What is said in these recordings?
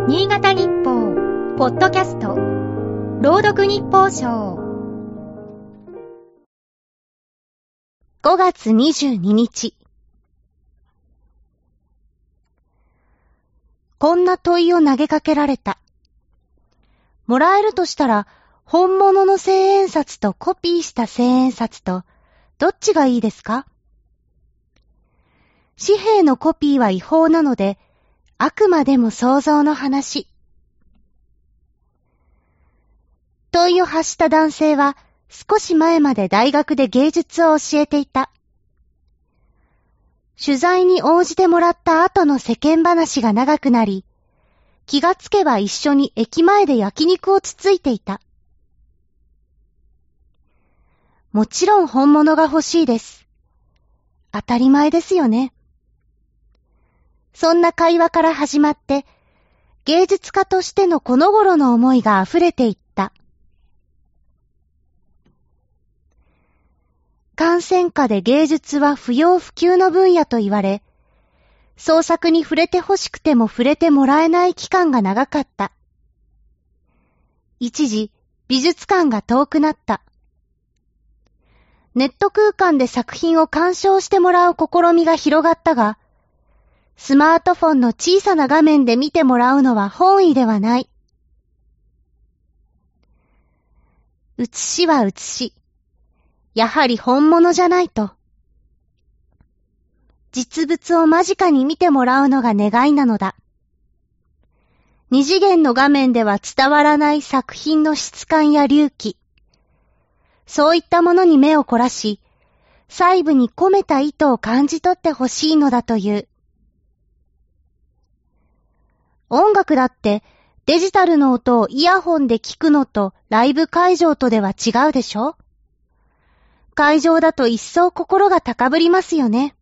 新潟日報ポッドキャスト朗読日報賞 5月22日。こんな問いを投げかけられた。もらえるとしたら本物の千円札とコピーした千円札とどっちがいいですか？紙幣のコピーは違法なのであくまでも想像の話。問いを発した男性は少し前まで大学で芸術を教えていた。取材に応じてもらった後の世間話が長くなり、気がつけば一緒に駅前で焼肉をつついていた。もちろん本物が欲しいです。当たり前ですよね。そんな会話から始まって、芸術家としてのこの頃の思いが溢れていった。感染下で芸術は不要不急の分野と言われ、創作に触れて欲しくても触れてもらえない期間が長かった。一時、美術館が遠くなった。ネット空間で作品を鑑賞してもらう試みが広がったが、スマートフォンの小さな画面で見てもらうのは本意ではない。写しは写し。やはり本物じゃないと。実物を間近に見てもらうのが願いなのだ。二次元の画面では伝わらない作品の質感や隆起。そういったものに目を凝らし、細部に込めた意図を感じ取ってほしいのだという。音楽だってデジタルの音をイヤホンで聞くのとライブ会場とでは違うでしょ？会場だと一層心が高ぶりますよね。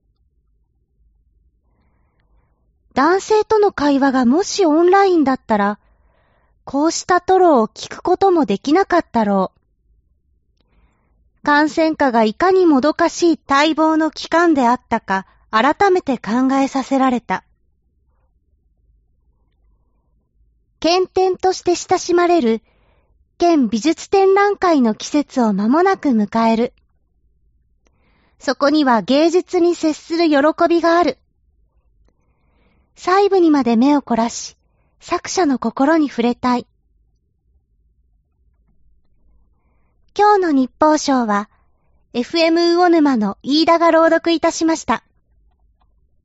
男性との会話がもしオンラインだったら、こうした吐露を聞くこともできなかったろう。感染禍がいかにもどかしい待望の期間であったか、改めて考えさせられた。県展として親しまれる、県美術展覧会の季節を間もなく迎える。そこには芸術に接する喜びがある。細部にまで目を凝らし、作者の心に触れたい。今日の日報賞は、FM 魚沼の飯田が朗読いたしました。